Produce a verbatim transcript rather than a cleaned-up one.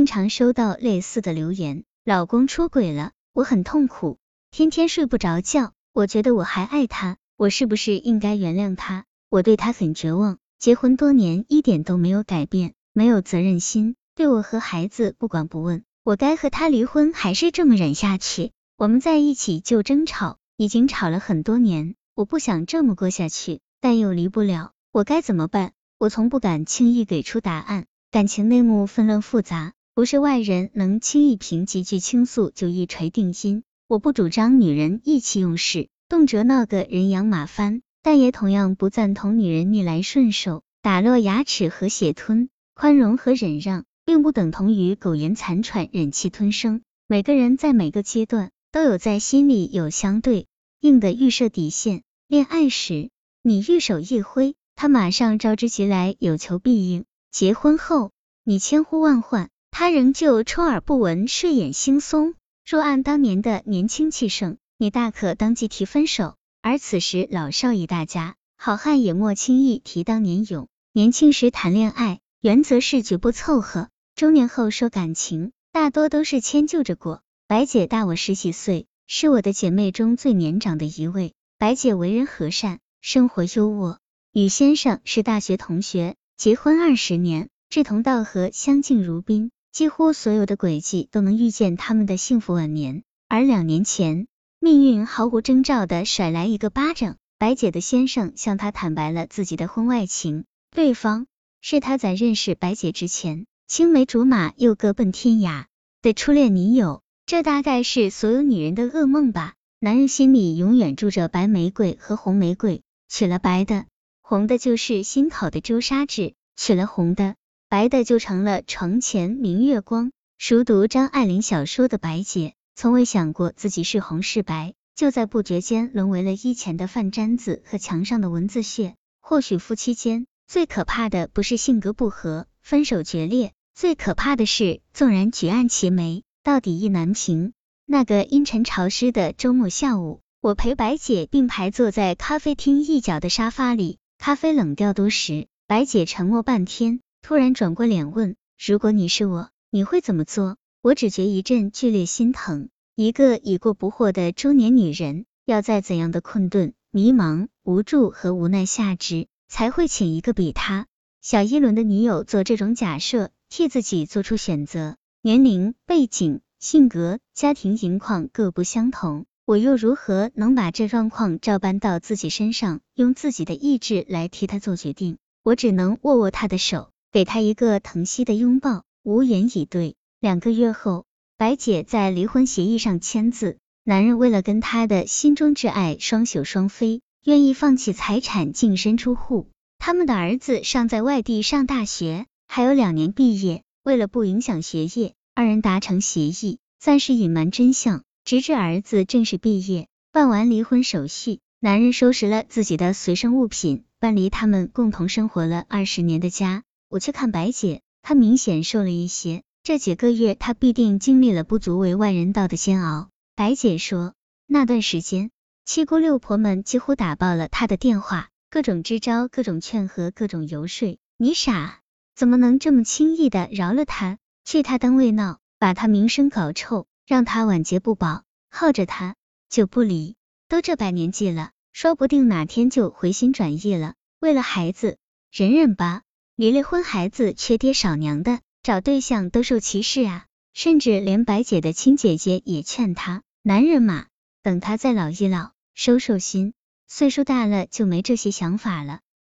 经常收到类似的留言，老公出轨了，我很痛苦，天天睡不着觉，我觉得我还爱他，我是不是应该原谅他？我对他很绝望，结婚多年一点都没有改变，没有责任心，对我和孩子不管不问，我该和他离婚还是这么忍下去？我们在一起就争吵，已经吵了很多年，我不想这么过下去，但又离不了，我该怎么办？我从不敢轻易给出答案，感情内幕纷乱复杂，不是外人能轻易凭几句倾诉就一锤定音。我不主张女人意气用事，动辄闹个人仰马翻，但也同样不赞同女人逆来顺受，打落牙齿和血吞。宽容和忍让并不等同于苟延残喘、忍气吞声。每个人在每个阶段都有在心里有相对应的预设底线。恋爱时，你玉手一挥，他马上招之即来，有求必应；结婚后，你千呼万唤，他仍旧充耳不闻，睡眼惺忪。若按当年的年轻气盛，你大可当即提分手，而此时老少一大家，好汉也莫轻易提当年勇。年轻时谈恋爱，原则是绝不凑合，中年后说感情，大多都是迁就着过。白姐大我十几岁，是我的姐妹中最年长的一位。白姐为人和善，生活优渥，与先生是大学同学，结婚二十年，志同道合，相敬如宾，几乎所有的轨迹都能预见他们的幸福晚年。而两年前，命运毫无征兆的甩来一个巴掌，白姐的先生向她坦白了自己的婚外情，对方是他在认识白姐之前青梅竹马又各奔天涯的初恋女友。这大概是所有女人的噩梦吧。男人心里永远住着白玫瑰和红玫瑰，娶了白的，红的就是新考的周沙芷，娶了红的，白的就成了床前明月光。熟读张爱玲小说的白姐，从未想过自己是红是白，就在不觉间沦为了衣前的饭粘子和墙上的蚊子血。或许夫妻间最可怕的不是性格不合，分手决裂，最可怕的是纵然举案齐眉，到底意难平。那个阴沉潮湿的周末下午，我陪白姐并排坐在咖啡厅一角的沙发里，咖啡冷掉多时，白姐沉默半天，突然转过脸问，如果你是我，你会怎么做？我只觉一阵剧烈心疼。一个已过不惑的中年女人，要在怎样的困顿、迷茫、无助和无奈下之，才会请一个比她小一轮的女友做这种假设，替自己做出选择？年龄、背景、性格、家庭情况各不相同，我又如何能把这状况照搬到自己身上，用自己的意志来替他做决定？我只能握握他的手，给他一个疼惜的拥抱，无言以对。两个月后，白姐在离婚协议上签字，男人为了跟他的心中挚爱双宿双飞，愿意放弃财产净身出户。他们的儿子尚在外地上大学，还有两年毕业，为了不影响学业，二人达成协议，暂时隐瞒真相，直至儿子正式毕业，办完离婚手续，男人收拾了自己的随身物品，搬离他们共同生活了二十年的家。我去看白姐，她明显瘦了一些，这几个月她必定经历了不足为外人道的煎熬。白姐说，那段时间，七姑六婆们几乎打爆了她的电话，各种支招，各种劝和，各种游说。你傻，怎么能这么轻易的饶了他？去他单位闹，把他名声搞臭，让他晚节不保，耗着他就不理。都这把年纪了，说不定哪天就回心转意了。为了孩子，忍忍吧。离了婚孩子缺爹少娘的，找对象都受歧视啊。甚至连白姐的亲姐姐也劝他，男人嘛，等他再老一老，收收心，岁数大了就没这些想法了。